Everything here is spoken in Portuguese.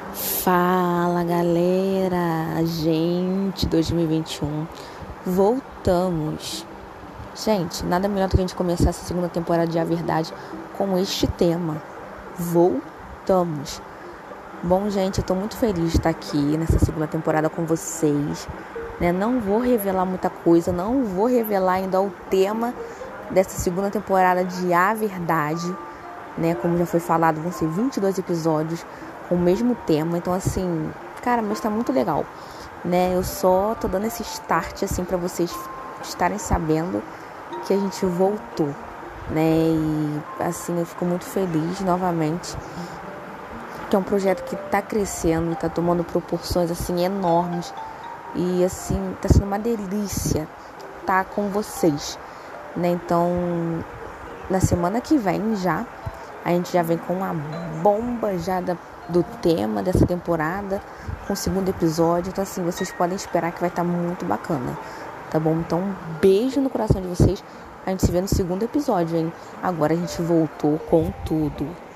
Fala galera, gente, 2021, voltamos. Gente, nada melhor do que a gente começar essa segunda temporada de A Verdade com este tema. Voltamos. Bom, gente, eu tô muito feliz de estar aqui nessa segunda temporada com vocês, né? Não vou revelar muita coisa, não vou revelar ainda o tema dessa segunda temporada de A Verdade, né? Como já foi falado, vão ser 22 episódios com o mesmo tema. Então, assim, cara, mas tá muito legal, né? Eu só tô dando esse start, assim, pra vocês estarem sabendo que a gente voltou, né? E, assim, eu fico muito feliz novamente, que é um projeto que tá crescendo, tá tomando proporções, assim, enormes. E, assim, tá sendo uma delícia tá com vocês, né? Então, na semana que vem já, a gente já vem com uma bomba já do tema dessa temporada, com o segundo episódio. Então, assim, vocês podem esperar que vai estar muito bacana, tá bom? Então, um beijo no coração de vocês. A gente se vê no segundo episódio, hein? Agora a gente voltou com tudo.